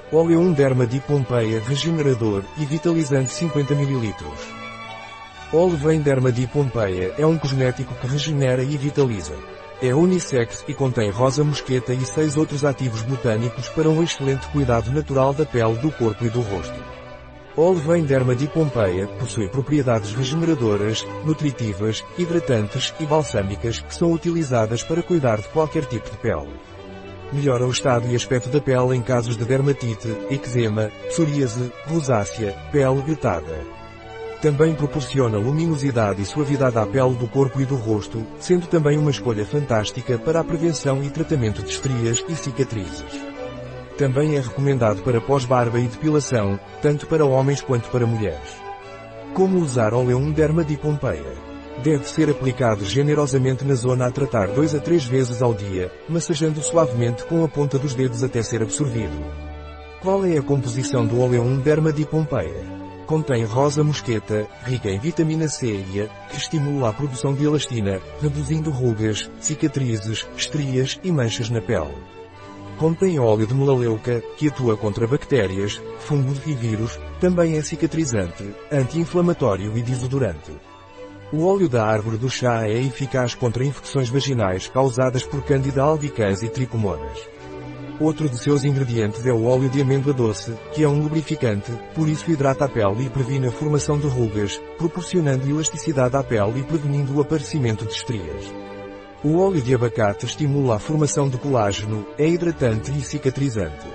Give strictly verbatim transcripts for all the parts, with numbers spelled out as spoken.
Óleo um Derma de Pompeia regenerador e vitalizante cinquenta mililitros. Óleo Derma de Pompeia é um cosmético que regenera e vitaliza. É unissex e contém rosa mosqueta e seis outros ativos botânicos para um excelente cuidado natural da pele, do corpo e do rosto. Óleo Derma de Pompeia possui propriedades regeneradoras, nutritivas, hidratantes e balsâmicas que são utilizadas para cuidar de qualquer tipo de pele. Melhora o estado e aspecto da pele em casos de dermatite, eczema, psoríase, rosácea, pele irritada. Também proporciona luminosidade e suavidade à pele do corpo e do rosto, sendo também uma escolha fantástica para a prevenção e tratamento de estrias e cicatrizes. Também é recomendado para pós-barba e depilação, tanto para homens quanto para mulheres. Como usar Óleo um Derma de Pompeia? Deve ser aplicado generosamente na zona a tratar dois a três vezes ao dia, massageando suavemente com a ponta dos dedos até ser absorvido. Qual é a composição do Óleo um Derma de Pompeia? Contém rosa mosqueta, rica em vitamina C e A, que estimula a produção de elastina, reduzindo rugas, cicatrizes, estrias e manchas na pele. Contém óleo de melaleuca, que atua contra bactérias, fungos e vírus, também é cicatrizante, anti-inflamatório e desodorante. O óleo da árvore do chá é eficaz contra infecções vaginais causadas por Candida albicans e tricomonas. Outro de seus ingredientes é o óleo de amêndoa doce, que é um lubrificante, por isso hidrata a pele e previne a formação de rugas, proporcionando elasticidade à pele e prevenindo o aparecimento de estrias. O óleo de abacate estimula a formação de colágeno, é hidratante e cicatrizante.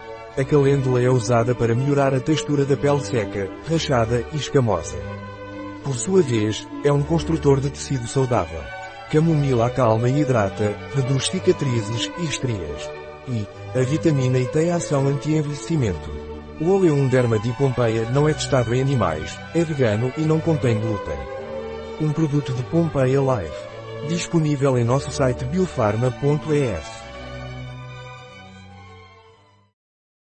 A calêndula é usada para melhorar a textura da pele seca, rachada e escamosa. Por sua vez, é um construtor de tecido saudável. Camomila acalma e hidrata, reduz cicatrizes e estrias. E, a vitamina E tem ação anti-envelhecimento. O Óleo um Derma de Pompeia não é testado em animais, é vegano e não contém glúten. Um produto de Pompeia Life. Disponível em nosso site biofarma ponto es.